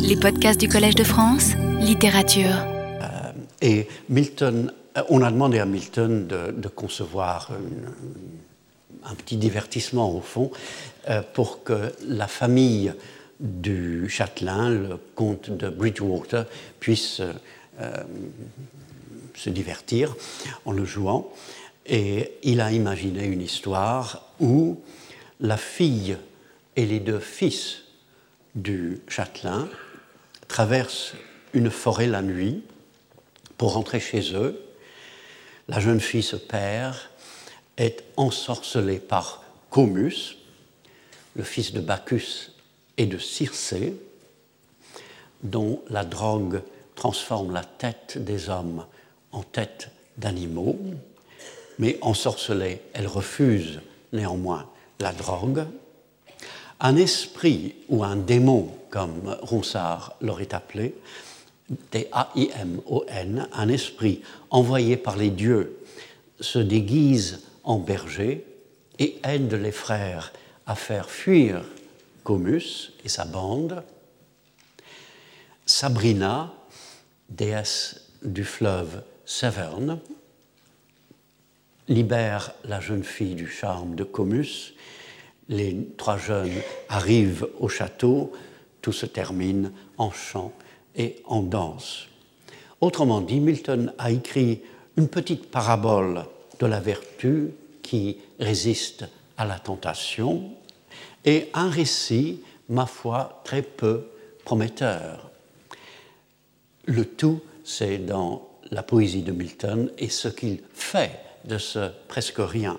Les podcasts du Collège de France, littérature. Et Milton, on a demandé à Milton de concevoir un petit divertissement au fond pour que la famille du châtelain, le comte de Bridgewater, puisse se divertir en le jouant. Et il a imaginé une histoire où la fille et les deux fils du châtelain traversent une forêt la nuit pour rentrer chez eux. La jeune fille se perd, est ensorcelée par Comus, le fils de Bacchus et de Circé, dont la drogue transforme la tête des hommes en tête d'animaux. Mais ensorcelée, elle refuse néanmoins la drogue. Un esprit ou un démon, comme Ronsard l'aurait appelé, D-A-I-M-O-N, un esprit envoyé par les dieux, se déguise en berger et aide les frères à faire fuir Comus et sa bande. Sabrina, déesse du fleuve Severn, libère la jeune fille du charme de Comus. Les trois jeunes arrivent au château, tout se termine en chant et en danse. Autrement dit, Milton a écrit une petite parabole de la vertu qui résiste à la tentation et un récit, ma foi, très peu prometteur. Le tout, c'est dans la poésie de Milton et ce qu'il fait de ce presque rien.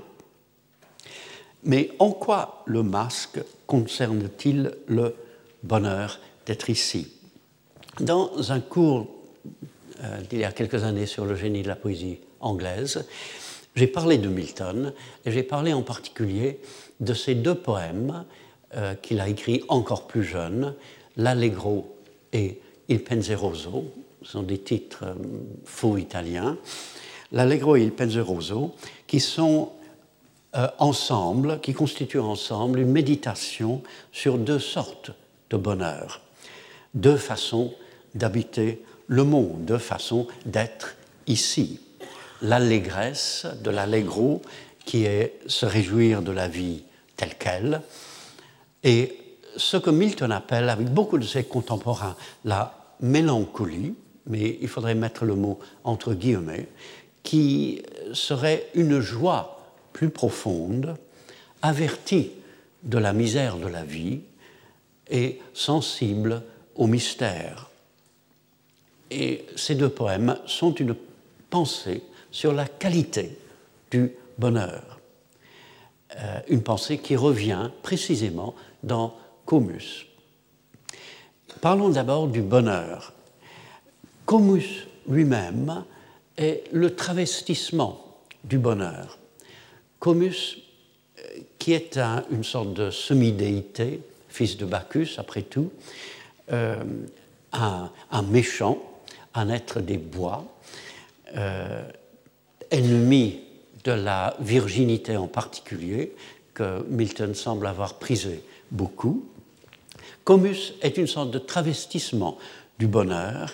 Mais en quoi le masque concerne-t-il le bonheur d'être ici ? Dans un cours d'il y a quelques années sur le génie de la poésie anglaise, j'ai parlé de Milton et j'ai parlé en particulier de ces deux poèmes qu'il a écrits encore plus jeune, l'Allegro et Il Penseroso, ce sont des titres faux italiens, l'Allegro et Il Penseroso, qui sont ensemble, qui constituent ensemble une méditation sur deux sortes de bonheur, deux façons d'habiter le monde, deux façons d'être ici. L'allégresse de l'Allegro, qui est se réjouir de la vie telle qu'elle, et ce que Milton appelle, avec beaucoup de ses contemporains, la mélancolie, mais il faudrait mettre le mot entre guillemets, qui serait une joie plus profonde, avertie de la misère de la vie et sensible au mystère. Et ces deux poèmes sont une pensée sur la qualité du bonheur. Une pensée qui revient précisément dans Comus. Parlons d'abord du bonheur. Comus lui-même est le travestissement du bonheur. Comus, qui est une sorte de semi-déité, fils de Bacchus après tout, un méchant, un être des bois, ennemi de la virginité en particulier, que Milton semble avoir prisé beaucoup. Comus est une sorte de travestissement du bonheur,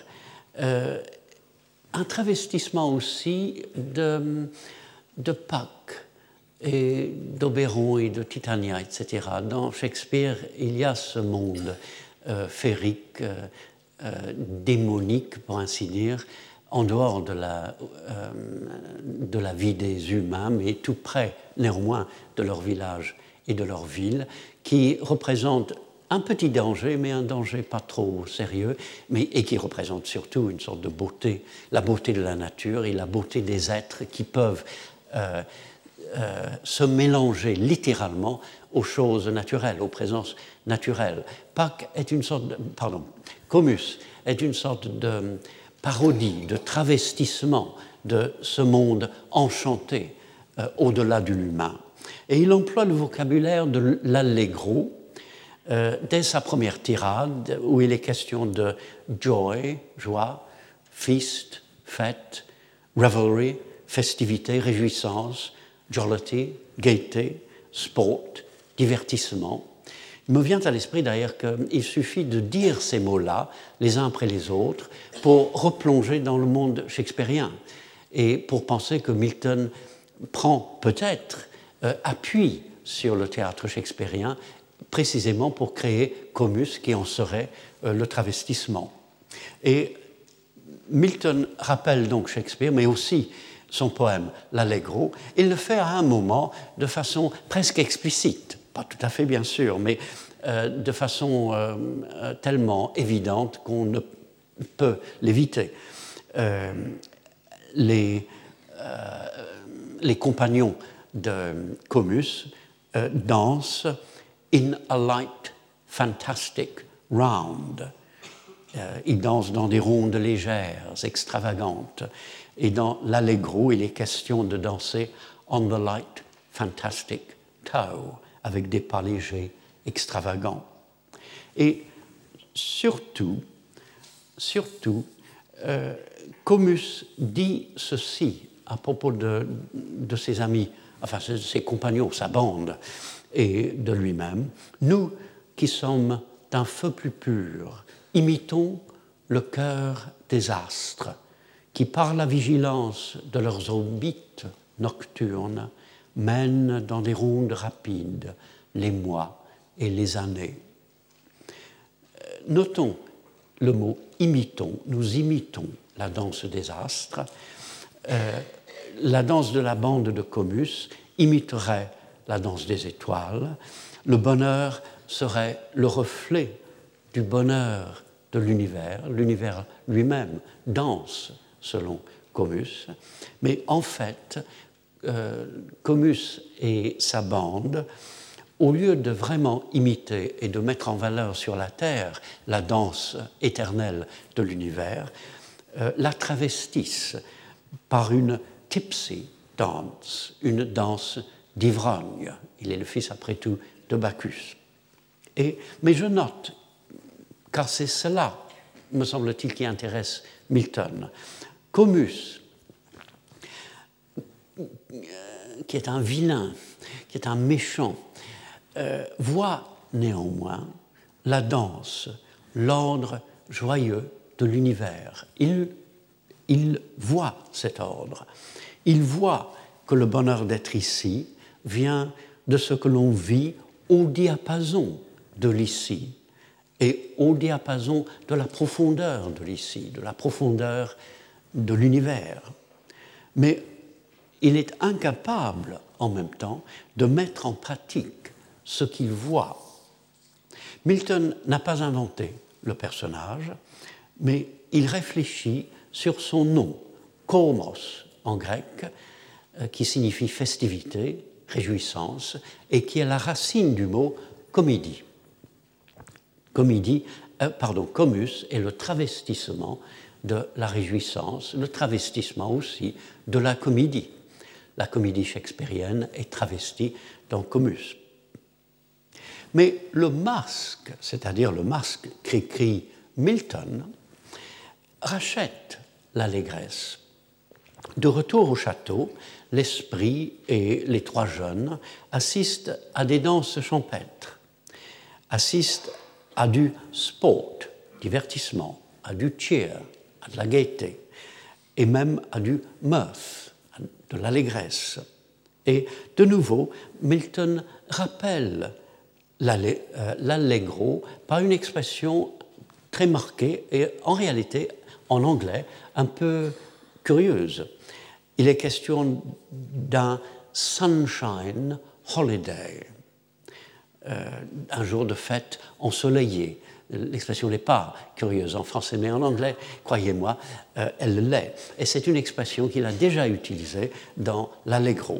un travestissement aussi de Puck et d'Oberon et de Titania, etc. Dans Shakespeare, il y a ce monde féerique, démonique, pour ainsi dire, en dehors de la vie des humains, mais tout près, néanmoins, de leur village et de leur ville, qui représente un petit danger, mais un danger pas trop sérieux, et qui représente surtout une sorte de beauté, la beauté de la nature et la beauté des êtres qui peuvent se mélanger littéralement aux choses naturelles, aux présences naturelles. Comus est une sorte de parodie, de travestissement de ce monde enchanté au-delà de l'humain. Et il emploie le vocabulaire de l'allegro dès sa première tirade, où il est question de joy, joie, feast, fête, revelry, festivité, réjouissance, jollity, gaieté, sport, divertissement, Il me vient à l'esprit d'ailleurs qu'il suffit de dire ces mots-là, les uns après les autres, pour replonger dans le monde shakespearien et pour penser que Milton prend peut-être appui sur le théâtre shakespearien, précisément pour créer Comus, qui en serait le travestissement. Et Milton rappelle donc Shakespeare, mais aussi son poème L'Allegro. Il le fait à un moment de façon presque explicite, pas tout à fait bien sûr, mais de façon tellement évidente qu'on ne peut l'éviter. Les compagnons de Comus dansent in a light, fantastic round. Ils dansent dans des rondes légères, extravagantes. Et dans l'Allegro, il est question de danser on the light, fantastic toe, avec des pas légers, extravagants. Et surtout, Comus dit ceci à propos de ses amis, enfin ses compagnons, sa bande, et de lui-même. Nous qui sommes d'un feu plus pur, imitons le cœur des astres, qui par la vigilance de leurs orbites nocturnes mènent dans des rondes rapides les mois et les années. Notons le mot « imitons », nous imitons la danse des astres. La danse de la bande de Comus imiterait la danse des étoiles. Le bonheur serait le reflet du bonheur de l'univers. L'univers lui-même danse selon Comus. Mais en fait, Comus et sa bande, au lieu de vraiment imiter et de mettre en valeur sur la Terre la danse éternelle de l'univers, la travestissent par une tipsy dance, une danse d'ivrogne. Il est le fils, après tout, de Bacchus. Mais je note, car c'est cela, me semble-t-il, qui intéresse Milton. Comus, qui est un vilain, qui est un méchant, voit néanmoins la danse, l'ordre joyeux de l'univers. Il voit cet ordre. Il voit que le bonheur d'être ici vient de ce que l'on vit au diapason de l'ici et au diapason de la profondeur de l'ici, de la profondeur de l'univers. Mais il est incapable, en même temps, de mettre en pratique ce qu'il voit. Milton n'a pas inventé le personnage, mais il réfléchit sur son nom, komos en grec, qui signifie festivité, réjouissance, et qui est la racine du mot comédie. Comus est le travestissement de la réjouissance, le travestissement aussi de la comédie. La comédie shakespearienne est travestie dans Comus. Mais le masque, c'est-à-dire le masque qu'écrit Milton, rachète l'allégresse. De retour au château, l'esprit et les trois jeunes assistent à des danses champêtres, assistent à du sport, divertissement, à du cheer, à de la gaieté, et même à du mirth, de l'allégresse. Et de nouveau, Milton rappelle l'allegro par une expression très marquée et en réalité, en anglais, un peu curieuse. Il est question d'un sunshine holiday, un jour de fête ensoleillé. L'expression n'est pas curieuse en français, mais en anglais, croyez-moi, elle l'est. Et c'est une expression qu'il a déjà utilisée dans l'Allegro.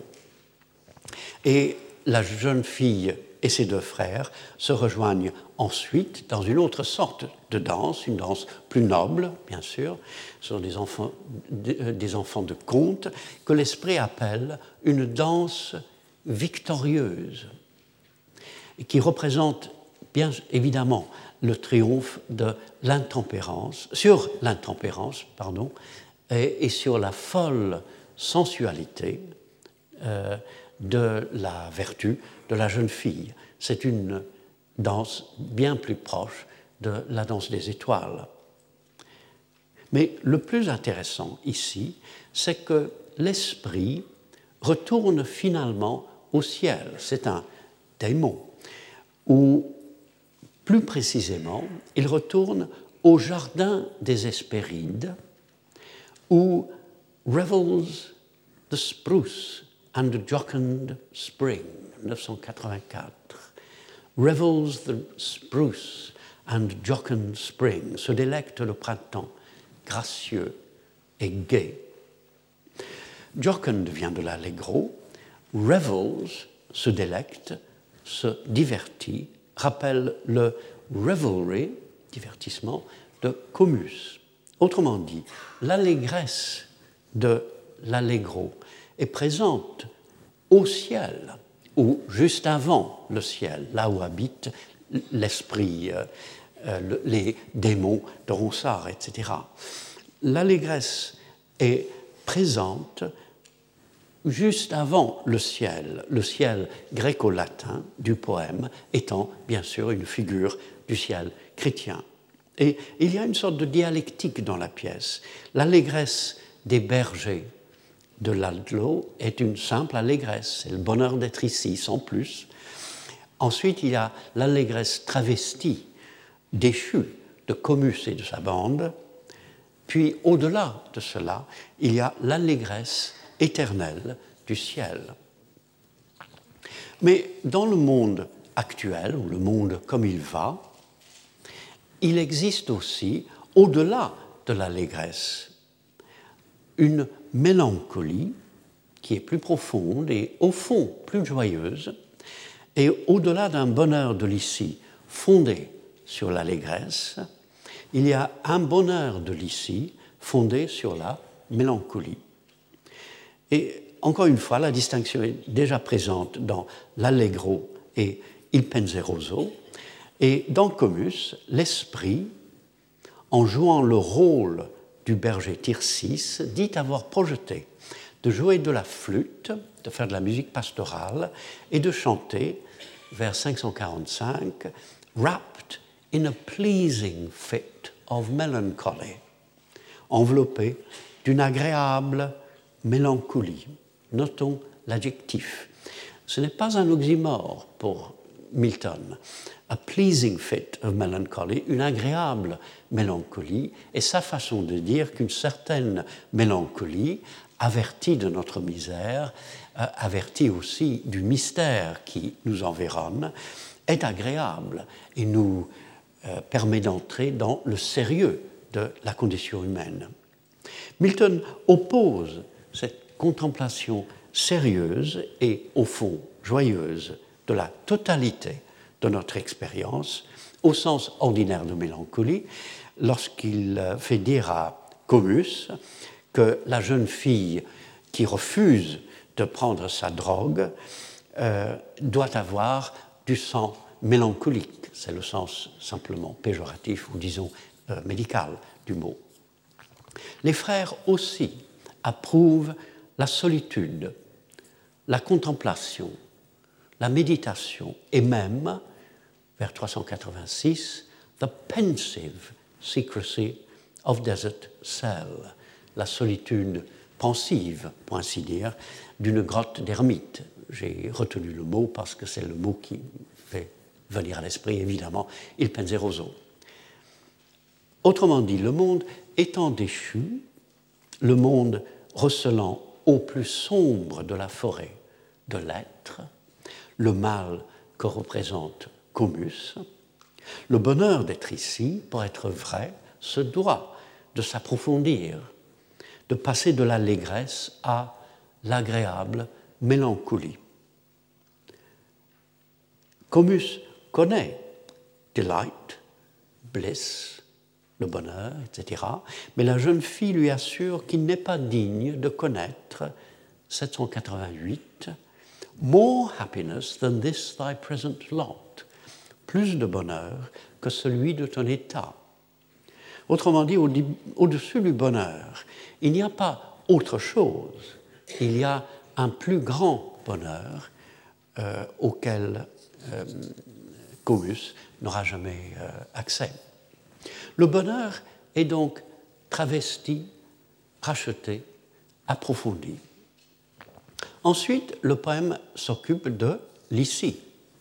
Et la jeune fille et ses deux frères se rejoignent ensuite dans une autre sorte de danse, une danse plus noble, bien sûr. Ce sont des enfants de conte que l'esprit appelle une danse victorieuse et qui représente bien évidemment le triomphe de l'intempérance, et sur la folle sensualité de la vertu de la jeune fille. C'est une danse bien plus proche de la danse des étoiles. Mais le plus intéressant ici, c'est que l'esprit retourne finalement au ciel. C'est un démon, ou plus précisément, il retourne au jardin des Hespérides, où revels the spruce and the jocund spring, 1984. Revels the spruce and jocund spring, se délecte le printemps, gracieux et gai. Jocund vient de l'allegro, revels, se délecte, se divertit, rappelle le revelry, divertissement, de Comus. Autrement dit, l'allégresse de l'allegro est présente au ciel, ou juste avant le ciel, là où habite l'esprit, les démons de Ronsard, etc. L'allégresse est présente juste avant le ciel gréco-latin du poème étant bien sûr une figure du ciel chrétien. Et il y a une sorte de dialectique dans la pièce. L'allégresse des bergers de Ladlo est une simple allégresse, c'est le bonheur d'être ici, sans plus. Ensuite, il y a l'allégresse travestie, déchue de Comus et de sa bande. Puis, au-delà de cela, il y a l'allégresse éternelle du ciel. Mais dans le monde actuel, ou le monde comme il va, il existe aussi, au-delà de l'allégresse, une mélancolie qui est plus profonde et au fond plus joyeuse, et au-delà d'un bonheur de l'ici fondé sur l'allégresse, il y a un bonheur de l'ici fondé sur la mélancolie. Et encore une fois, la distinction est déjà présente dans l'allegro et il penseroso, et dans Comus, l'esprit, en jouant le rôle du berger Tircis, dit avoir projeté de jouer de la flûte, de faire de la musique pastorale et de chanter, vers 545, « wrapped in a pleasing fit of melancholy », enveloppé d'une agréable mélancolie. Notons l'adjectif. Ce n'est pas un oxymore pour Milton. A pleasing fit of melancholy, une agréable mélancolie, est sa façon de dire qu'une certaine mélancolie, avertie de notre misère, avertie aussi du mystère qui nous environne, est agréable et nous permet d'entrer dans le sérieux de la condition humaine. Milton oppose cette contemplation sérieuse et, au fond, joyeuse de la totalité de notre expérience, au sens ordinaire de mélancolie, lorsqu'il fait dire à Comus que la jeune fille qui refuse de prendre sa drogue doit avoir du sang mélancolique. C'est le sens simplement péjoratif ou disons médical du mot. Les frères aussi approuvent la solitude, la contemplation, la méditation et même, vers 386, the pensive secrecy of desert cell, la solitude pensive, pour ainsi dire, d'une grotte d'ermite. J'ai retenu le mot parce que c'est le mot qui fait venir à l'esprit, évidemment, il penseroso. Autrement dit, le monde étant déchu, le monde recelant au plus sombre de la forêt de l'être, le mal que représente Comus, le bonheur d'être ici, pour être vrai, se doit de s'approfondir, de passer de l'allégresse à l'agréable mélancolie. Comus connaît delight, bliss, le bonheur, etc. Mais la jeune fille lui assure qu'il n'est pas digne de connaître, 788, « more happiness than this thy present lot », plus de bonheur que celui de ton état. Autrement dit, au-dessus du bonheur, il n'y a pas autre chose, il y a un plus grand bonheur auquel Comus n'aura jamais accès. Le bonheur est donc travesti, racheté, approfondi. Ensuite, le poème s'occupe de l'ici.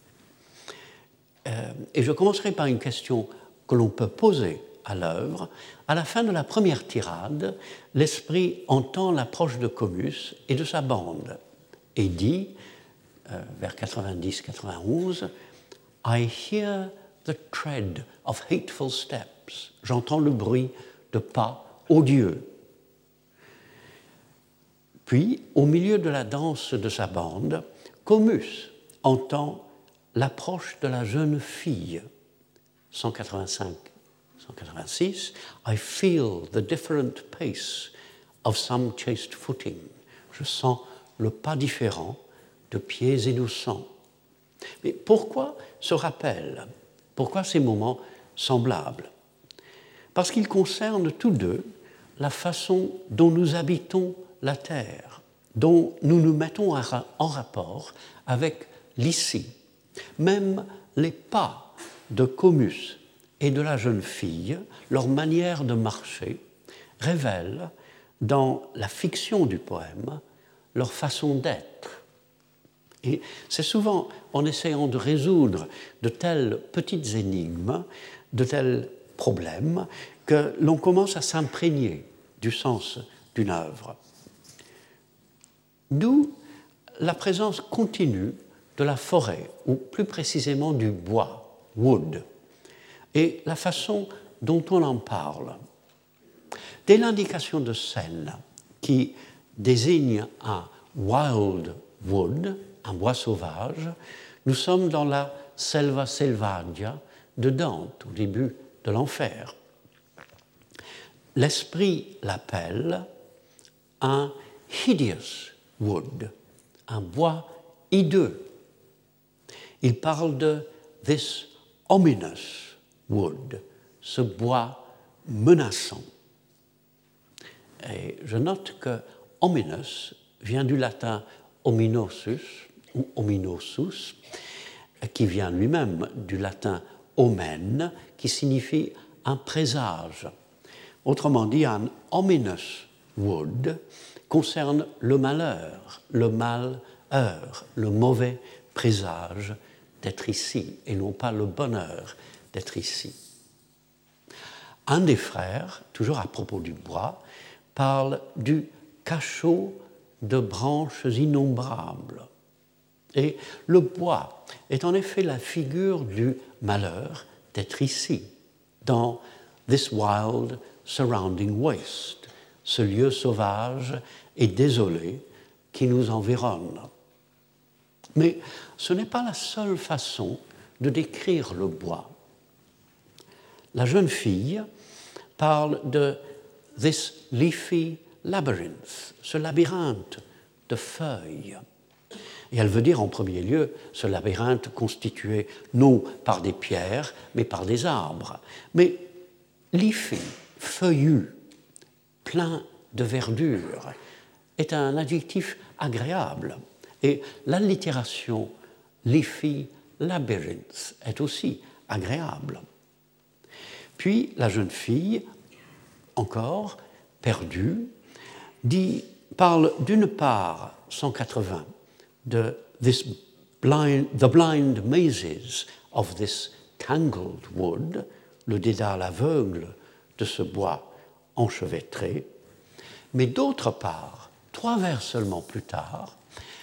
Et je commencerai par une question que l'on peut poser à l'œuvre. À la fin de la première tirade, l'esprit entend l'approche de Comus et de sa bande et dit, vers 90-91, « I hear the tread of hateful steps » j'entends le bruit de pas odieux. Puis, au milieu de la danse de sa bande, Comus entend l'approche de la jeune fille. 185-186, « I feel the different pace of some chaste footing » je sens le pas différent de pieds innocents. Mais pourquoi ce rappel? Pourquoi ces moments semblables? Parce qu'ils concernent tous deux la façon dont nous habitons la terre, dont nous nous mettons en rapport avec l'ici. Même les pas de Comus et de la jeune fille, leur manière de marcher, révèlent dans la fiction du poème leur façon d'être. Et c'est souvent en essayant de résoudre de telles petites énigmes, de tels problèmes, que l'on commence à s'imprégner du sens d'une œuvre. D'où la présence continue de la forêt, ou plus précisément du bois, wood, et la façon dont on en parle. Dès l'indication de scène qui désigne un wild wood, un bois sauvage, nous sommes dans la selva selvagia de Dante, au début de l'enfer. L'esprit l'appelle un hideous wood, un bois hideux. Il parle de this ominous wood, ce bois menaçant. Et je note que ominous vient du latin ominosus ou ominosus, qui vient lui-même du latin omen, qui signifie un présage. Autrement dit, un ominous wood concerne le malheur, le malheur, le mauvais présage d'être ici, et non pas le bonheur d'être ici. Un des frères, toujours à propos du bois, parle du cachot de branches innombrables. Et le bois est en effet la figure du malheur d'être ici, dans this wild surrounding waste, ce lieu sauvage et désolé qui nous environne. Mais ce n'est pas la seule façon de décrire le bois. La jeune fille parle de this leafy labyrinth, ce labyrinthe de feuilles. Et elle veut dire en premier lieu ce labyrinthe constitué non par des pierres, mais par des arbres. Mais leafy, feuillu, plein de verdure, est un adjectif agréable. Et l'allitération leafy labyrinth est aussi agréable. Puis la jeune fille, encore perdue, parle d'une part, 180, de the blind mazes of this tangled wood, le dédale aveugle de ce bois enchevêtré, mais d'autre part, 3 vers seulement plus tard,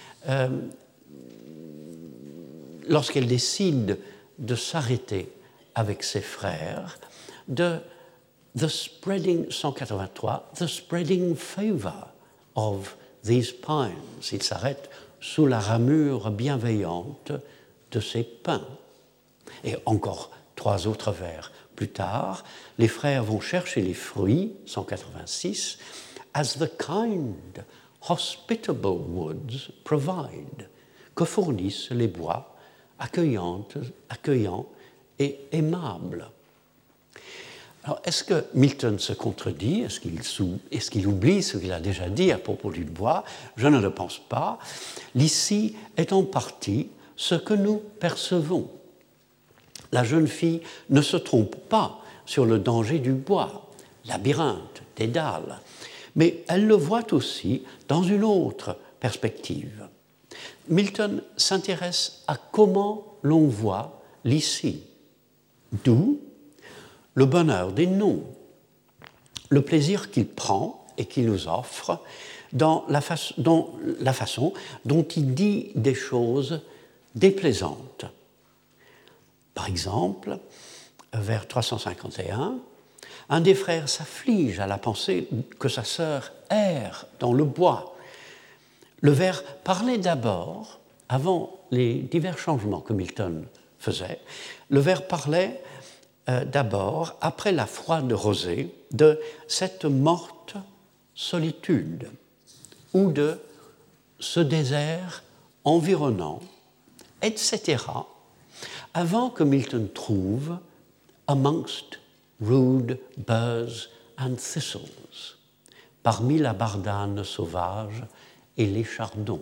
lorsqu'elle décide de s'arrêter avec ses frères, de the spreading, 183, the spreading favor of these pines. Il s'arrête sous la ramure bienveillante de ces pins. Et encore 3 autres vers plus tard, les frères vont chercher les fruits, 186, as the kind, hospitable woods provide, que fournissent les bois accueillants et aimables. Alors, est-ce que Milton se contredit? Est-ce qu'il oublie ce qu'il a déjà dit à propos du bois? Je ne le pense pas. L'ici est en partie ce que nous percevons. la jeune fille ne se trompe pas sur le danger du bois, labyrinthe, Dédale, mais elle le voit aussi dans une autre perspective. Milton s'intéresse à comment l'on voit l'ici, d'où le bonheur des noms, le plaisir qu'il prend et qu'il nous offre dans la façon dont il dit des choses déplaisantes. Par exemple, vers 351, un des frères s'afflige à la pensée que sa sœur erre dans le bois. Le vers parlait d'abord, avant les divers changements que Milton faisait, le vers parlait d'abord, après la froide rosée, de cette morte solitude ou de ce désert environnant, etc., avant que Milton trouve « amongst rude burrs and thistles », parmi la bardane sauvage et les chardons.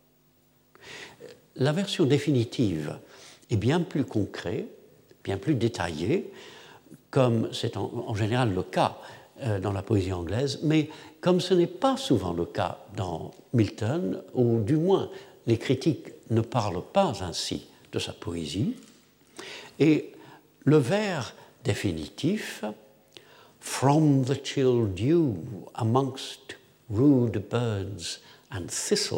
La version définitive est bien plus concrète, bien plus détaillée, comme c'est en général le cas dans la poésie anglaise, mais comme ce n'est pas souvent le cas dans Milton, ou du moins les critiques ne parlent pas ainsi de sa poésie, et le vers définitif « From the chill dew amongst rude birds and thistles »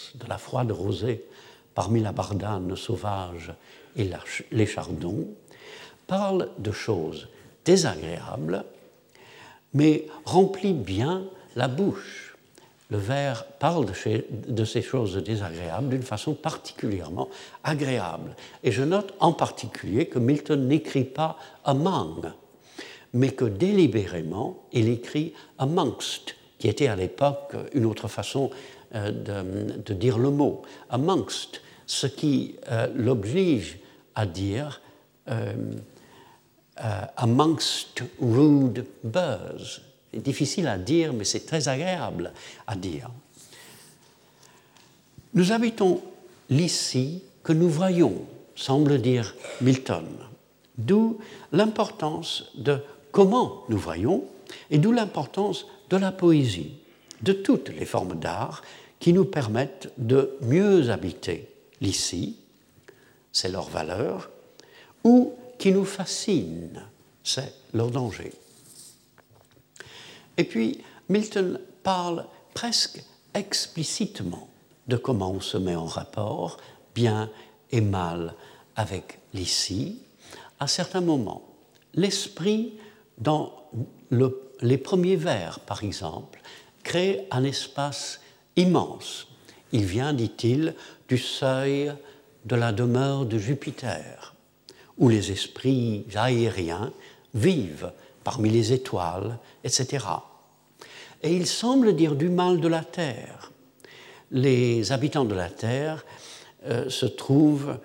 de la froide rosée parmi la bardane sauvage et les chardons, parle de choses désagréables, mais remplit bien la bouche. Le vers parle de ces choses désagréables d'une façon particulièrement agréable. Et je note en particulier que Milton n'écrit pas « among », mais que délibérément, il écrit « amongst », qui était à l'époque une autre façon de dire le mot. « Amongst », ce qui l'oblige à dire amongst rude birds. C'est difficile à dire, mais c'est très agréable à dire. Nous habitons l'ici que nous voyons, semble dire Milton, d'où l'importance de comment nous voyons et d'où l'importance de la poésie, de toutes les formes d'art qui nous permettent de mieux habiter l'ici, c'est leur valeur, ou qui nous fascinent, c'est leur danger. Et puis, Milton parle presque explicitement de comment on se met en rapport, bien et mal, avec l'ici. À certains moments, l'esprit, dans les premiers vers, par exemple, crée un espace immense. Il vient, dit-il, du seuil de la demeure de Jupiter, où les esprits aériens vivent parmi les étoiles, etc. Et il semble dire du mal de la Terre. Les habitants de la Terre se trouvent...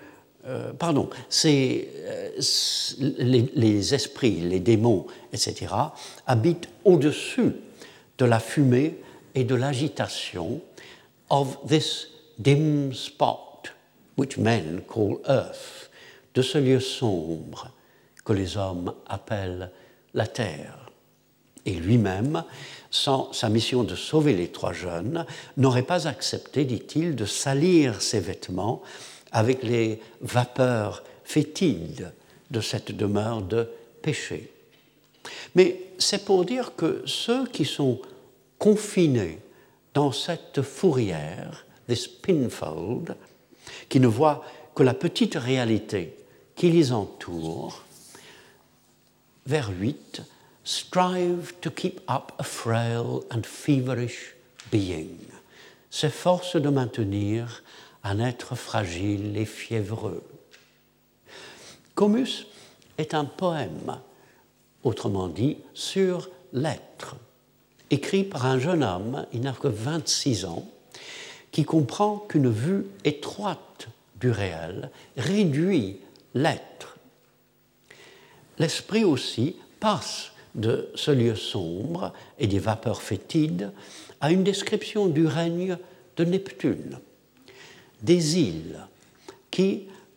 les esprits, les démons, etc., habitent au-dessus de la fumée et de l'agitation of this dim spot, which men call earth, de ce lieu sombre que les hommes appellent la terre. Et lui-même, sans sa mission de sauver les trois jeunes, n'aurait pas accepté, dit-il, de salir ses vêtements avec les vapeurs fétides de cette demeure de péché. Mais c'est pour dire que ceux qui sont confinés dans cette fourrière, this pinfold, qui ne voient que la petite réalité qui les entoure, vers 8, strive to keep up a frail and feverish being, s'efforce de maintenir un être fragile et fiévreux. Comus est un poème, autrement dit, sur l'être, écrit par un jeune homme, il n'a que 26 ans, qui comprend qu'une vue étroite du réel réduit l'être. L'esprit aussi passe de ce lieu sombre et des vapeurs fétides à une description du règne de Neptune, des îles qui,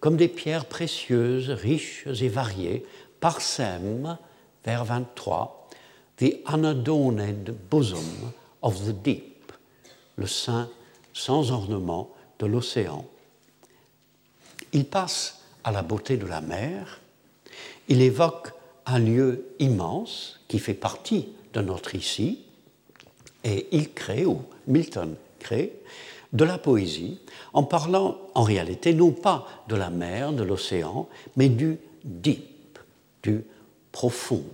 comme des pierres précieuses, riches et variées, parsèment, vers 23, the unadorned bosom of the deep, le sein sans ornement de l'océan. Il passe à la beauté de la mer, il évoque un lieu immense qui fait partie de notre ici, et il crée, ou Milton crée, de la poésie en parlant en réalité non pas de la mer, de l'océan, mais du deep, du profond.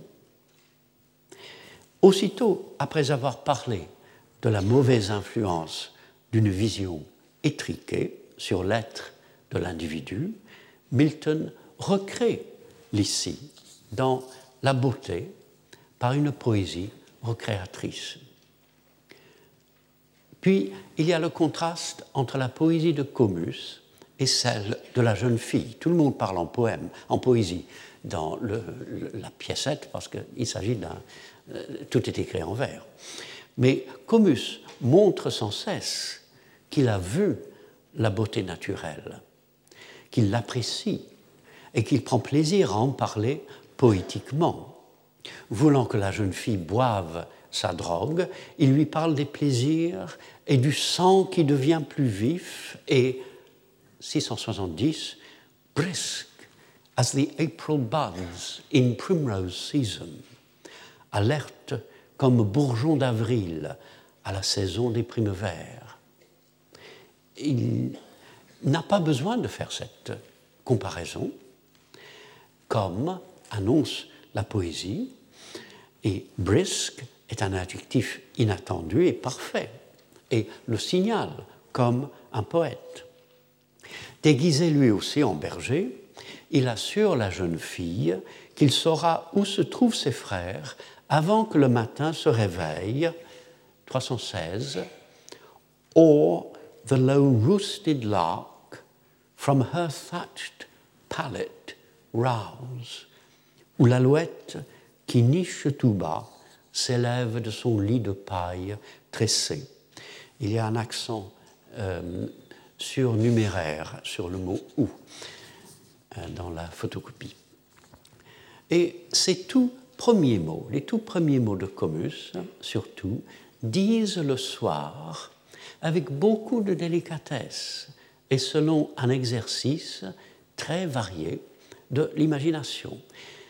Aussitôt après avoir parlé de la mauvaise influence d'une vision étriquée sur l'être de l'individu, Milton recrée l'ici dans la beauté par une poésie recréatrice. Puis, il y a le contraste entre la poésie de Comus et celle de la jeune fille. Tout le monde parle en poème, en poésie, dans la piécette, parce qu'il s'agit d'un... tout est écrit en vers. Mais Comus montre sans cesse qu'il a vu la beauté naturelle, qu'il l'apprécie et qu'il prend plaisir à en parler poétiquement. Voulant que la jeune fille boive sa drogue, il lui parle des plaisirs et du sang qui devient plus vif et, 670, brisk as the April buds in primrose season, alerte comme bourgeon d'avril à la saison des primevères. Il n'a pas besoin de faire cette comparaison, comme annonce la poésie, et brisk est un adjectif inattendu et parfait, et le signale comme un poète. Déguisé lui aussi en berger, il assure la jeune fille qu'il saura où se trouvent ses frères avant que le matin se réveille, 316, or the low-roosted lark from her thatched pallet rouse, ou l'alouette qui niche tout bas s'élève de son lit de paille tressé. Il y a un accent surnuméraire sur le mot « ou » dans la photocopie. Et ces tout premiers mots, les tout premiers mots de Comus, surtout, disent le soir avec beaucoup de délicatesse et selon un exercice très varié de l'imagination.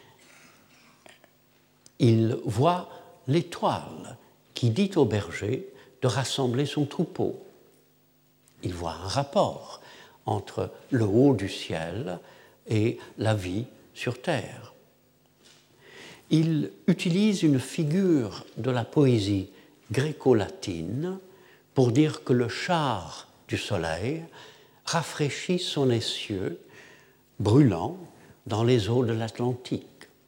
Il voit l'étoile qui dit au berger de rassembler son troupeau. Il voit un rapport entre le haut du ciel et la vie sur terre. Il utilise une figure de la poésie gréco-latine pour dire que le char du soleil rafraîchit son essieu brûlant dans les eaux de l'Atlantique.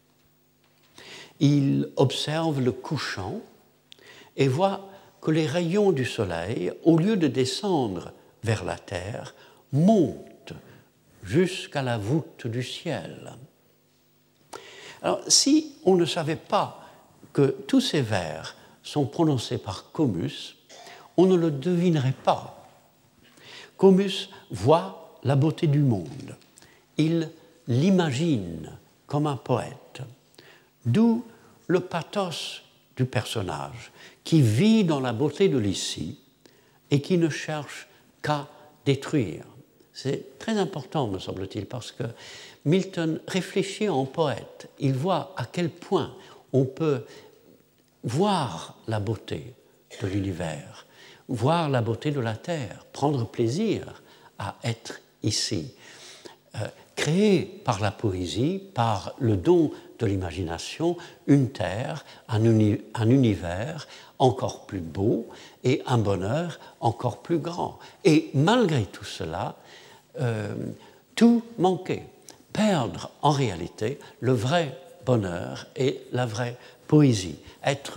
Il observe le couchant et voit que les rayons du soleil, au lieu de descendre vers la terre, montent jusqu'à la voûte du ciel. Alors, si on ne savait pas que tous ces vers sont prononcés par Comus, on ne le devinerait pas. Comus voit la beauté du monde. Il l'imagine comme un poète. D'où le pathos du personnage qui vit dans la beauté de l'ici et qui ne cherche qu'à détruire. C'est très important, me semble-t-il, parce que Milton réfléchit en poète. Il voit à quel point on peut voir la beauté de l'univers, voir la beauté de la terre, prendre plaisir à être ici. Créer par la poésie, par le don de l'imagination, une terre, un univers encore plus beau et un bonheur encore plus grand. Et malgré tout cela, tout manquait. Perdre en réalité le vrai bonheur et la vraie poésie. Être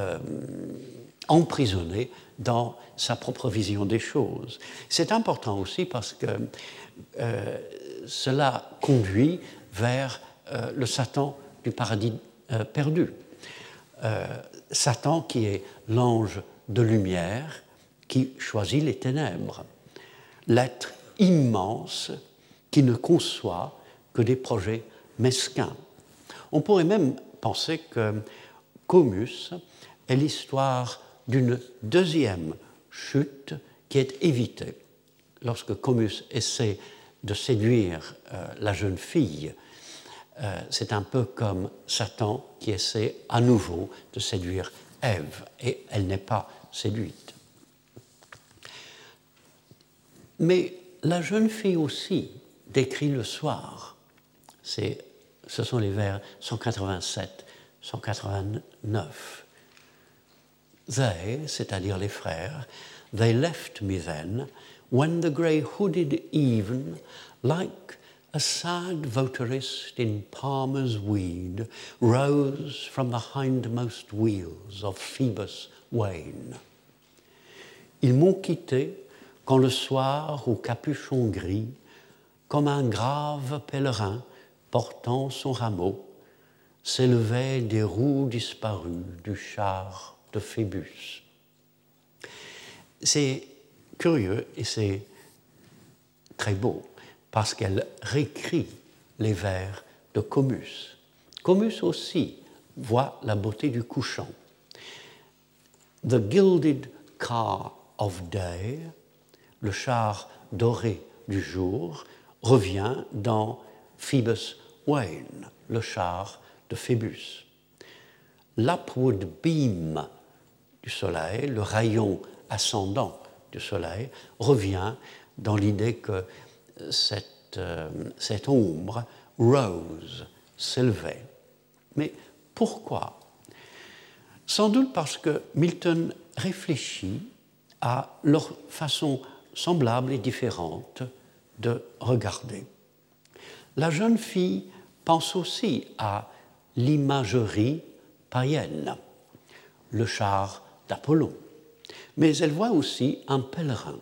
emprisonné dans sa propre vision des choses. C'est important aussi parce que cela conduit vers le Satan du paradis perdu. Satan qui est l'ange de lumière qui choisit les ténèbres. L'être immense qui ne conçoit que des projets mesquins. On pourrait même penser que Comus est l'histoire d'une deuxième chute qui est évitée. Lorsque Comus essaie de séduire la jeune fille, c'est un peu comme Satan qui essaie à nouveau de séduire Ève, et elle n'est pas séduite. Mais la jeune fille aussi décrit le soir. Ce sont les vers 187, 189. They, c'est-à-dire les frères, they left me then, when the grey hooded even, like a sad votarist in Palmer's weed, rose from the hindmost wheels of Phoebus' wain. Ils m'ont quitté quand le soir au capuchon gris, comme un grave pèlerin portant son rameau, s'élevaient des roues disparues du char de Phébus. C'est curieux et c'est très beau parce qu'elle réécrit les vers de Comus. Comus aussi voit la beauté du couchant. The gilded car of day, le char doré du jour, revient dans Phoebus' wain, le char de Phébus. L'upward beam du soleil, le rayon ascendant du soleil, revient dans l'idée que cette ombre rose, s'élevait. Mais pourquoi? Sans doute parce que Milton réfléchit à leur façon semblable et différente de regarder. La jeune fille pense aussi à l'imagerie païenne, le char d'Apollon, mais elle voit aussi un pèlerin.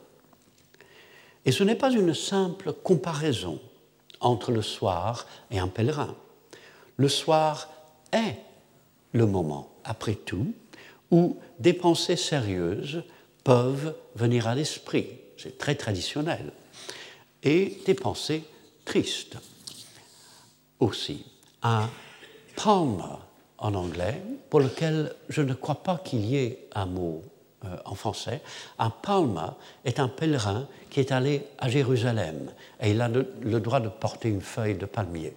Et ce n'est pas une simple comparaison entre le soir et un pèlerin. Le soir est le moment, après tout, où des pensées sérieuses peuvent venir à l'esprit. C'est très traditionnel. Et des pensées tristes aussi. Un palmer en anglais, pour lequel je ne crois pas qu'il y ait un mot en français. Un palmer est un pèlerin qui est allé à Jérusalem et il a le droit de porter une feuille de palmier.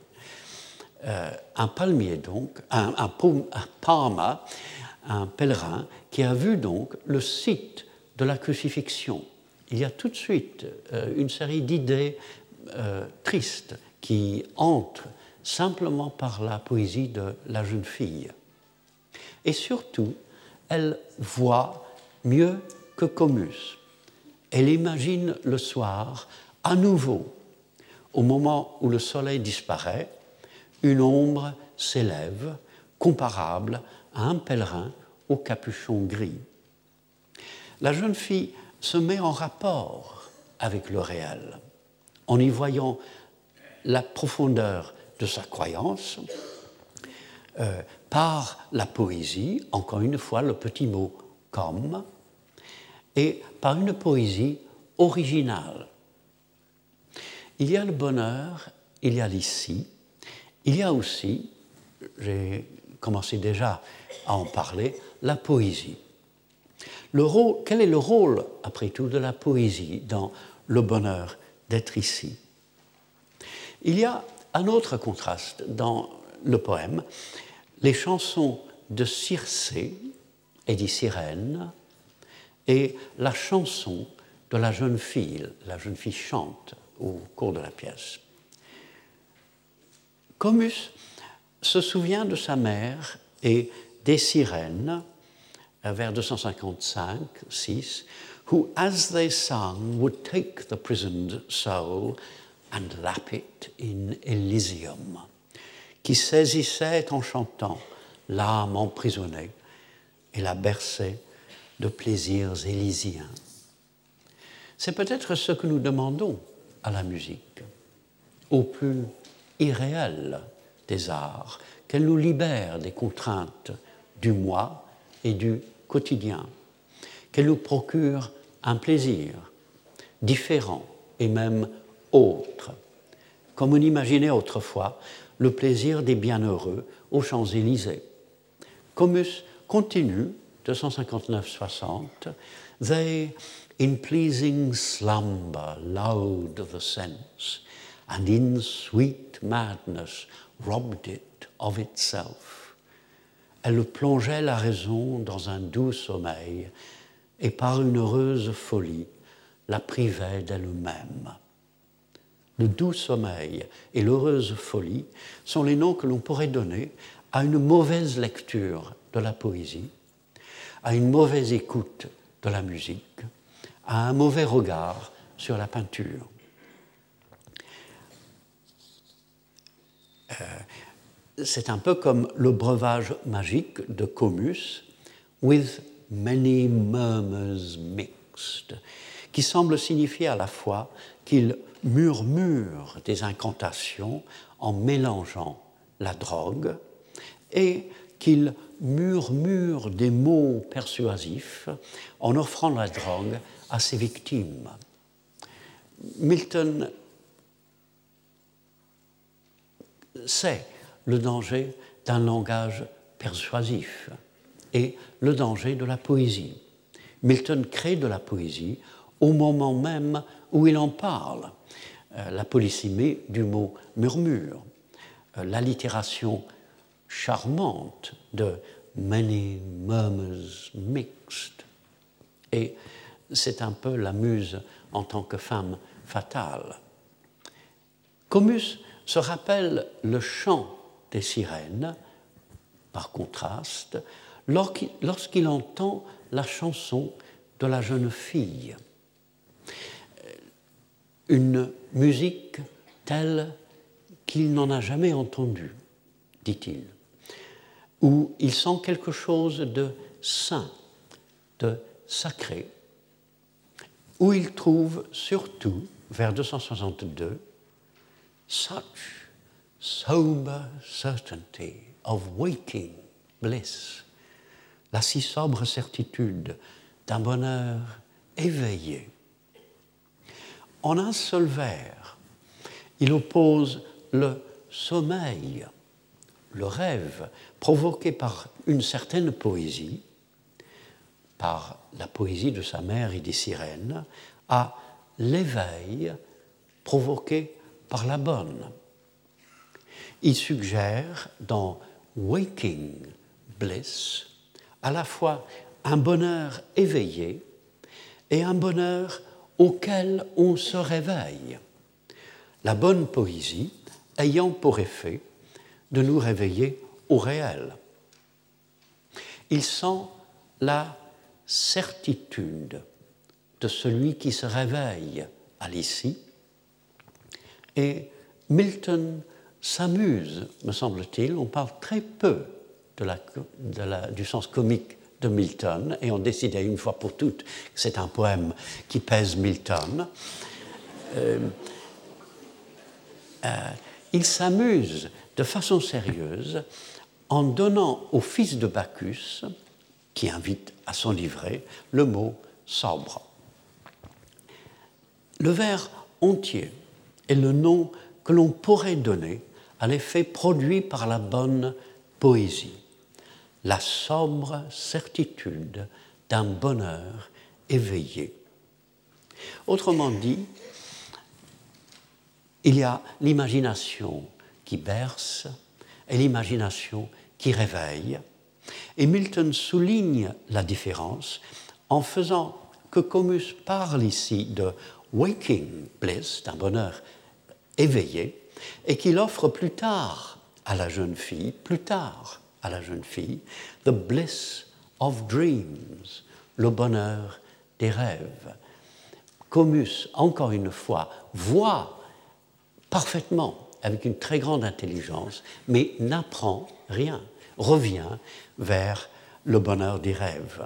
Un palmier donc, un palmer, un pèlerin qui a vu donc le site de la crucifixion. Il y a tout de suite une série d'idées tristes qui entrent simplement par la poésie de la jeune fille. Et surtout, elle voit mieux que Comus. Elle imagine le soir à nouveau, au moment où le soleil disparaît, une ombre s'élève, comparable à un pèlerin au capuchon gris. La jeune fille se met en rapport avec le réel, en y voyant la profondeur de sa croyance, par la poésie, encore une fois le petit mot « comme », et par une poésie originale. Il y a le bonheur, il y a l'ici, il y a aussi, j'ai commencé déjà à en parler, la poésie. Quel est le rôle, après tout, de la poésie dans le bonheur d'être ici? Il y a un autre contraste dans le poème, les chansons de Circé et des sirènes et la chanson de la jeune fille. La jeune fille chante au cours de la pièce. Comus se souvient de sa mère et des sirènes, vers 255-6, who, as they sang, would take the prisoned soul and lap it in Elysium, qui saisissait en chantant l'âme emprisonnée et la berçait de plaisirs élysiens. C'est peut-être ce que nous demandons à la musique, au plus irréel des arts, qu'elle nous libère des contraintes du moi et du quotidien, qu'elle nous procure un plaisir différent et même autre, comme on imaginait autrefois le plaisir des bienheureux aux Champs-Élysées. Comus continue, 259-60, They in pleasing slumber loud the sense, and in sweet madness robbed it of itself. Elle plongeait la raison dans un doux sommeil, et par une heureuse folie la privait d'elle-même. Le doux sommeil et l'heureuse folie sont les noms que l'on pourrait donner à une mauvaise lecture de la poésie, à une mauvaise écoute de la musique, à un mauvais regard sur la peinture. C'est un peu comme le breuvage magique de Comus, with many murmurs mixed, qui semble signifier à la fois qu'il murmure des incantations en mélangeant la drogue et qu'il murmure des mots persuasifs en offrant la drogue à ses victimes. Milton sait le danger d'un langage persuasif et le danger de la poésie. Milton crée de la poésie au moment même où il en parle. La polysémie du mot murmure, l'allitération charmante de many murmurs mixed. Et c'est un peu la muse en tant que femme fatale. Comus se rappelle le chant des sirènes, par contraste, lorsqu'il entend la chanson de la jeune fille. Une musique telle qu'il n'en a jamais entendue, dit-il, où il sent quelque chose de saint, de sacré, où il trouve surtout, vers 262, such sober certainty of waking bliss, la si sobre certitude d'un bonheur éveillé. En un seul vers, il oppose le sommeil, le rêve, provoqué par une certaine poésie, par la poésie de sa mère et des sirènes, à l'éveil provoqué par la bonne. Il suggère dans Waking Bliss à la fois un bonheur éveillé et un bonheur auquel on se réveille. La bonne poésie ayant pour effet de nous réveiller au réel. Il sent la certitude de celui qui se réveille à l'ici, et Milton s'amuse, me semble-t-il. On parle très peu du sens comique de Milton, et on décidait une fois pour toutes que c'est un poème qui pèse Milton. Il s'amuse de façon sérieuse en donnant au fils de Bacchus, qui invite à s'enivrer, le mot sobre. Le vers entier est le nom que l'on pourrait donner à l'effet produit par la bonne poésie, la sobre certitude d'un bonheur éveillé. Autrement dit, il y a l'imagination qui berce et l'imagination qui réveille. Et Milton souligne la différence en faisant que Comus parle ici de waking bliss, d'un bonheur éveillé, et qu'il offre plus tard à la jeune fille, the bliss of dreams, le bonheur des rêves. Comus, encore une fois, voit parfaitement, avec une très grande intelligence, mais n'apprend rien, revient vers le bonheur des rêves.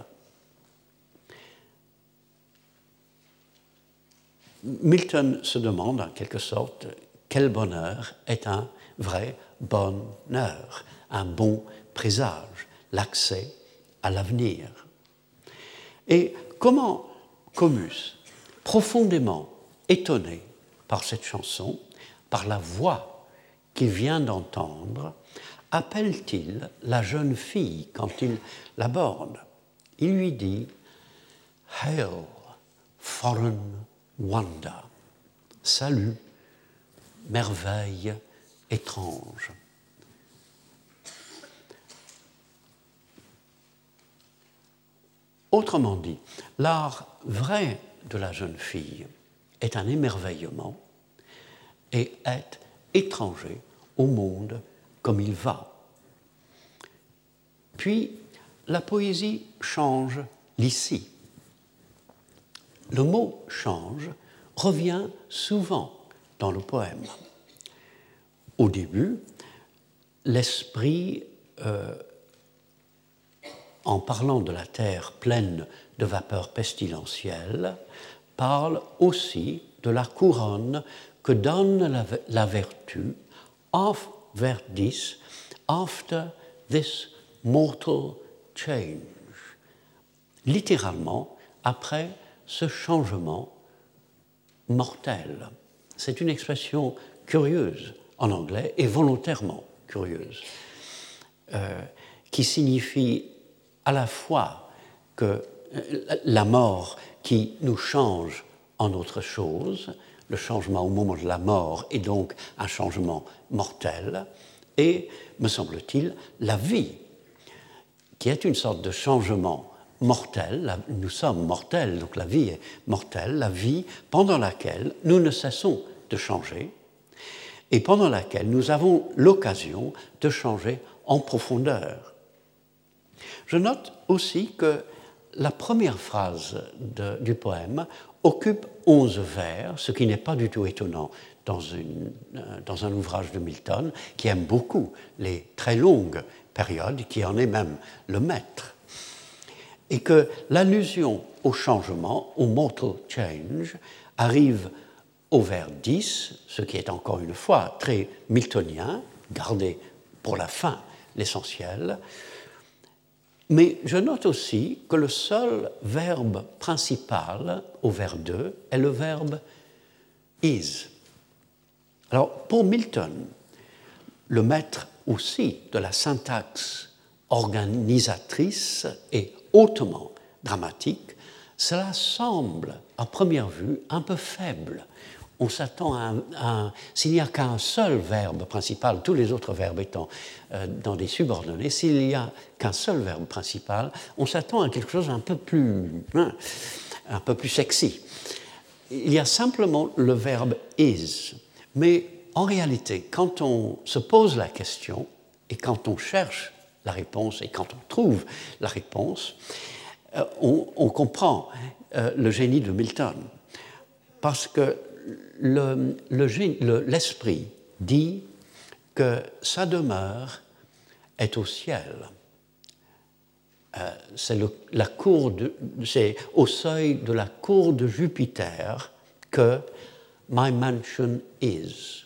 Milton se demande, en quelque sorte, quel bonheur est un vrai bonheur, un bon présage, l'accès à l'avenir. Et comment Comus, profondément étonné par cette chanson, par la voix qu'il vient d'entendre, appelle-t-il la jeune fille quand il l'aborde? Il lui dit « Hail, foreign wonder » « Salut, merveille étrange ». Autrement dit, l'art vrai de la jeune fille est un émerveillement et est étranger au monde comme il va. Puis, la poésie change l'ici. Le mot « change » revient souvent dans le poème. Au début, l'esprit, en parlant de la terre pleine de vapeurs pestilentielles, parle aussi de la couronne que donne la vertu after this mortal change. Littéralement, après ce changement mortel. C'est une expression curieuse en anglais et volontairement curieuse, qui signifie à la fois que la mort qui nous change en autre chose, le changement au moment de la mort est donc un changement mortel, et, me semble-t-il, la vie, qui est une sorte de changement mortel, nous sommes mortels, donc la vie est mortelle, la vie pendant laquelle nous ne cessons de changer et pendant laquelle nous avons l'occasion de changer en profondeur. Je note aussi que la première phrase du poème occupe 11 vers, ce qui n'est pas du tout étonnant dans un ouvrage de Milton, qui aime beaucoup les très longues périodes, qui en est même le maître. Et que l'allusion au changement, au mortal change, arrive au vers 10, ce qui est encore une fois très miltonien, gardé pour la fin l'essentiel. Mais je note aussi que le seul verbe principal au vers 2 est le verbe is. Alors, pour Milton, le maître aussi de la syntaxe organisatrice et hautement dramatique, cela semble, à première vue, un peu faible. On s'attend s'il n'y a qu'un seul verbe principal, tous les autres verbes étant dans des subordonnés, s'il n'y a qu'un seul verbe principal, on s'attend à quelque chose un peu plus sexy. Il y a simplement le verbe is, mais en réalité, quand on se pose la question et quand on cherche la réponse et quand on trouve la réponse, on comprend le génie de Milton. Parce que l'esprit dit que sa demeure est au ciel. C'est au seuil de la cour de Jupiter que my mansion is.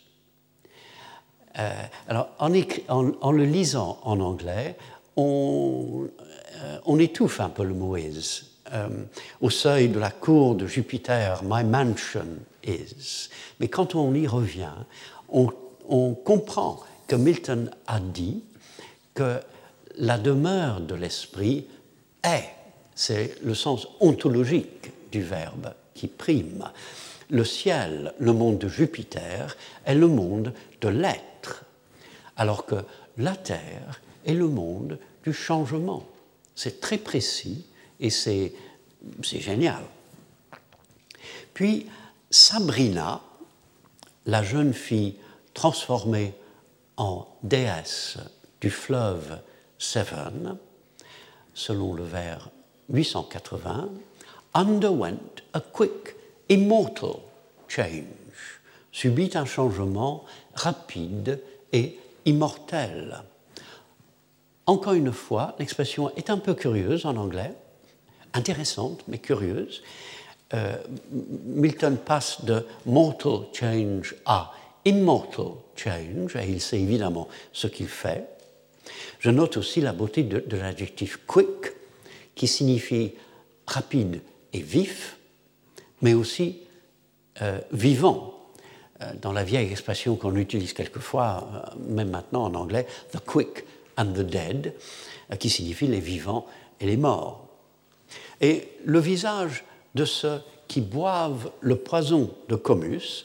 Alors, en le lisant en anglais, on étouffe un peu le mot is. Au seuil de la cour de Jupiter, my mansion is. Mais quand on y revient, on comprend que Milton a dit que la demeure de l'esprit est, c'est le sens ontologique du verbe qui prime. Le ciel, le monde de Jupiter, est le monde de l'être, alors que la Terre est le monde du changement. C'est très précis et c'est génial. Puis Sabrina, la jeune fille transformée en déesse du fleuve Severn, selon le vers 880, underwent a quick, immortal change, subit un changement rapide et immortel. Encore une fois, l'expression est un peu curieuse en anglais, intéressante mais curieuse. Milton passe de mortal change à immortal change, et il sait évidemment ce qu'il fait. Je note aussi la beauté de l'adjectif quick, qui signifie rapide et vif, mais aussi vivant. dans la vieille expression qu'on utilise quelquefois, même maintenant en anglais, « the quick and the dead », qui signifie les vivants et les morts. Et le visage de ceux qui boivent le poison de Comus,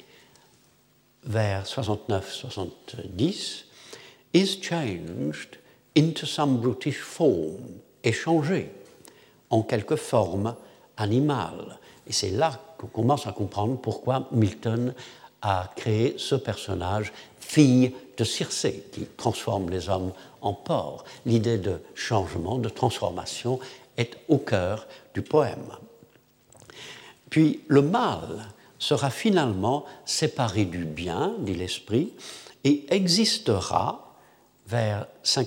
vers 69-70, is changed into some brutish form, est changé en quelque forme animale. Et c'est là qu'on commence à comprendre pourquoi Milton a créé ce personnage, fille de Circé, qui transforme les hommes en porcs. L'idée de changement, de transformation est au cœur du poème. Puis le mal sera finalement séparé du bien, dit l'esprit, et existera vers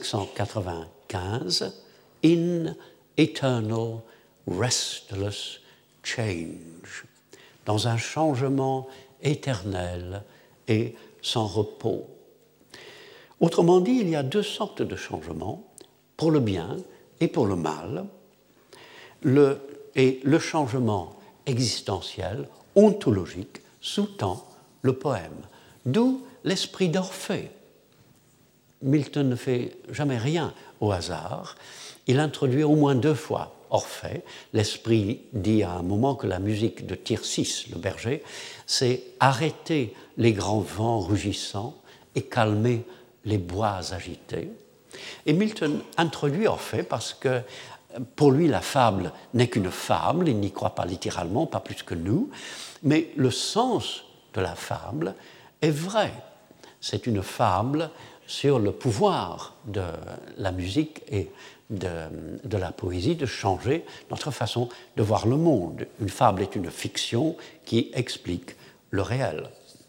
595 in eternal restless change, dans un changement éternel et sans repos. Autrement dit, il y a deux sortes de changements, pour le bien et pour le mal. Le changement existentiel, ontologique, sous-tend le poème. D'où l'esprit d'Orphée. Milton ne fait jamais rien au hasard. Il introduit au moins 2 fois Orphée. L'esprit dit à un moment que la musique de Tircis, le berger, c'est arrêter les grands vents rugissants et calmer les bois agités. Et Milton introduit Orphée parce que pour lui, la fable n'est qu'une fable, il n'y croit pas littéralement, pas plus que nous, mais le sens de la fable est vrai. C'est une fable sur le pouvoir de la musique et de la poésie de changer notre façon de voir le monde. Une fable est une fiction qui explique le réel.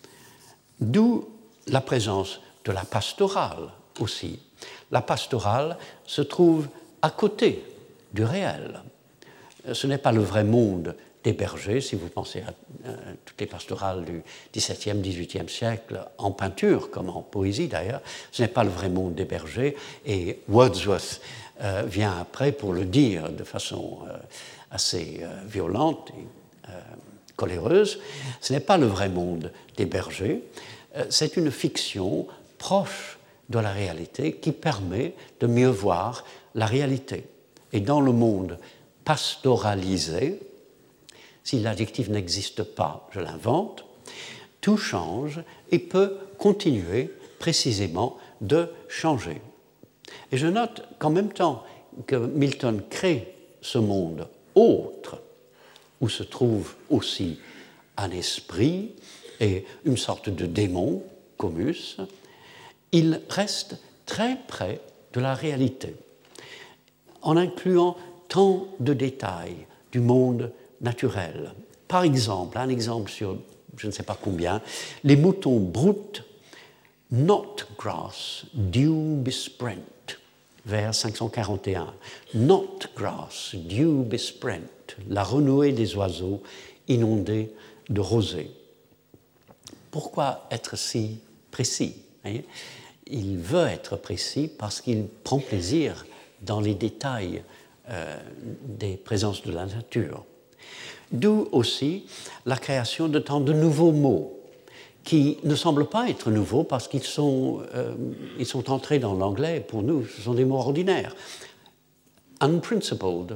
D'où la présence de la pastorale aussi. La pastorale se trouve à côté du réel. Ce n'est pas le vrai monde des bergers, si vous pensez à toutes les pastorales du XVIIe, XVIIIe siècle, en peinture comme en poésie d'ailleurs, ce n'est pas le vrai monde des bergers, et Wordsworth vient après pour le dire de façon assez violente et coléreuse. Ce n'est pas le vrai monde des bergers, c'est une fiction proche de la réalité qui permet de mieux voir la réalité. Et dans le monde pastoralisé, si l'adjectif n'existe pas, je l'invente, tout change et peut continuer précisément de changer. Et je note qu'en même temps que Milton crée ce monde autre, où se trouve aussi un esprit et une sorte de démon, Comus, il reste très près de la réalité, en incluant tant de détails du monde naturel. Par exemple, un exemple sur je ne sais pas combien, les moutons broutes, not grass, dew besprent, vers 541. Not grass, dew besprent, la renouée des oiseaux inondés de rosée. Pourquoi être si précis? Il veut être précis parce qu'il prend plaisir dans les détails des présences de la nature. D'où aussi la création de tant de nouveaux mots qui ne semblent pas être nouveaux parce qu'ils sont entrés dans l'anglais. Pour nous, ce sont des mots ordinaires. Unprincipled,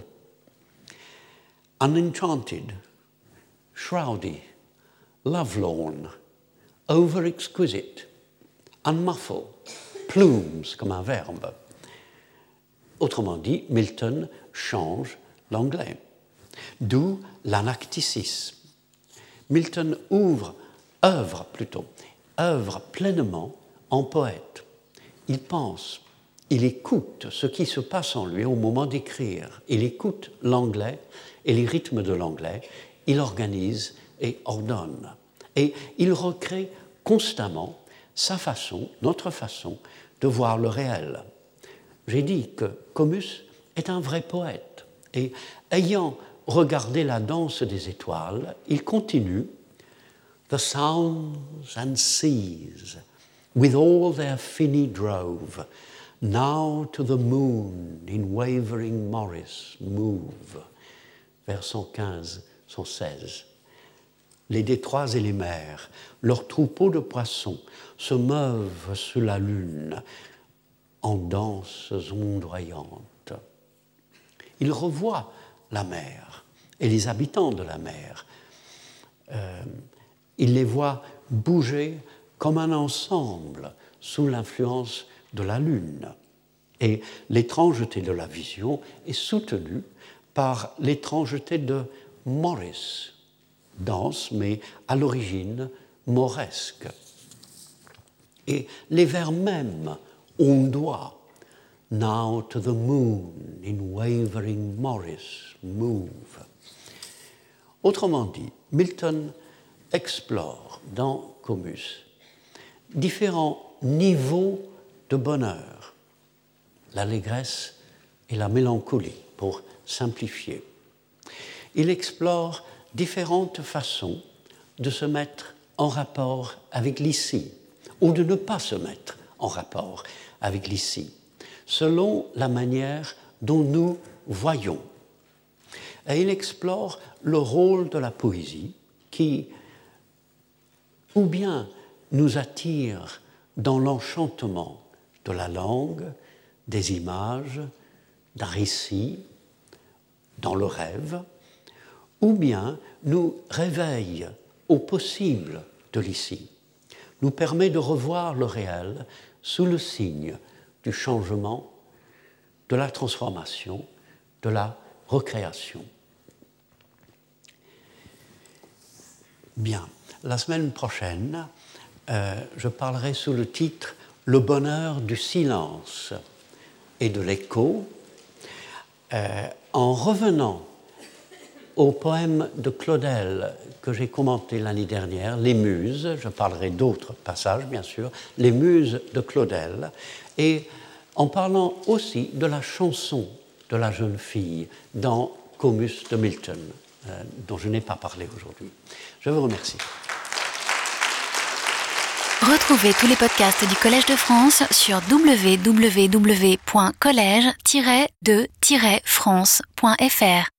unenchanted, shroudy, lovelorn, over-exquisite, unmuffled, plumes, comme un verbe. Autrement dit, Milton change l'anglais. D'où l'anacticisme. Milton œuvre pleinement en poète. Il pense, il écoute ce qui se passe en lui au moment d'écrire. Il écoute l'anglais et les rythmes de l'anglais. Il organise et ordonne. Et il recrée constamment sa façon, notre façon de voir le réel. J'ai dit que Comus est un vrai poète. Et ayant regardé la danse des étoiles, il continue « The sounds and seas, with all their finny drove, now to the moon in wavering morris move. » Vers 115, 116. les détroits et les mers, leurs troupeaux de poissons se meuvent sous la lune en danses ondoyantes. Il revoit la mer et les habitants de la mer. Il les voit bouger comme un ensemble sous l'influence de la lune. Et l'étrangeté de la vision est soutenue par l'étrangeté de Morris, dense mais à l'origine mauresque. Et les vers mêmes ondoient, now to the moon in wavering Morris move. Autrement dit, Milton explore dans Comus différents niveaux de bonheur, l'allégresse et la mélancolie, pour simplifier. Il explore différentes façons de se mettre en rapport avec l'ici, ou de ne pas se mettre en rapport avec l'ici, selon la manière dont nous voyons. Et il explore le rôle de la poésie qui, ou bien nous attire dans l'enchantement de la langue, des images, d'un récit, dans le rêve, ou bien nous réveille au possible de l'ici, nous permet de revoir le réel sous le signe du changement, de la transformation, de la recréation. Bien, la semaine prochaine, je parlerai sous le titre « Le bonheur du silence et de l'écho », en revenant au poème de Claudel que j'ai commenté l'année dernière, Les Muses, je parlerai d'autres passages bien sûr, Les Muses de Claudel, et en parlant aussi de la chanson de la jeune fille dans Comus de Milton, dont je n'ai pas parlé aujourd'hui. Je vous remercie. Retrouvez tous les podcasts du Collège de France sur www.collège-de-france.fr.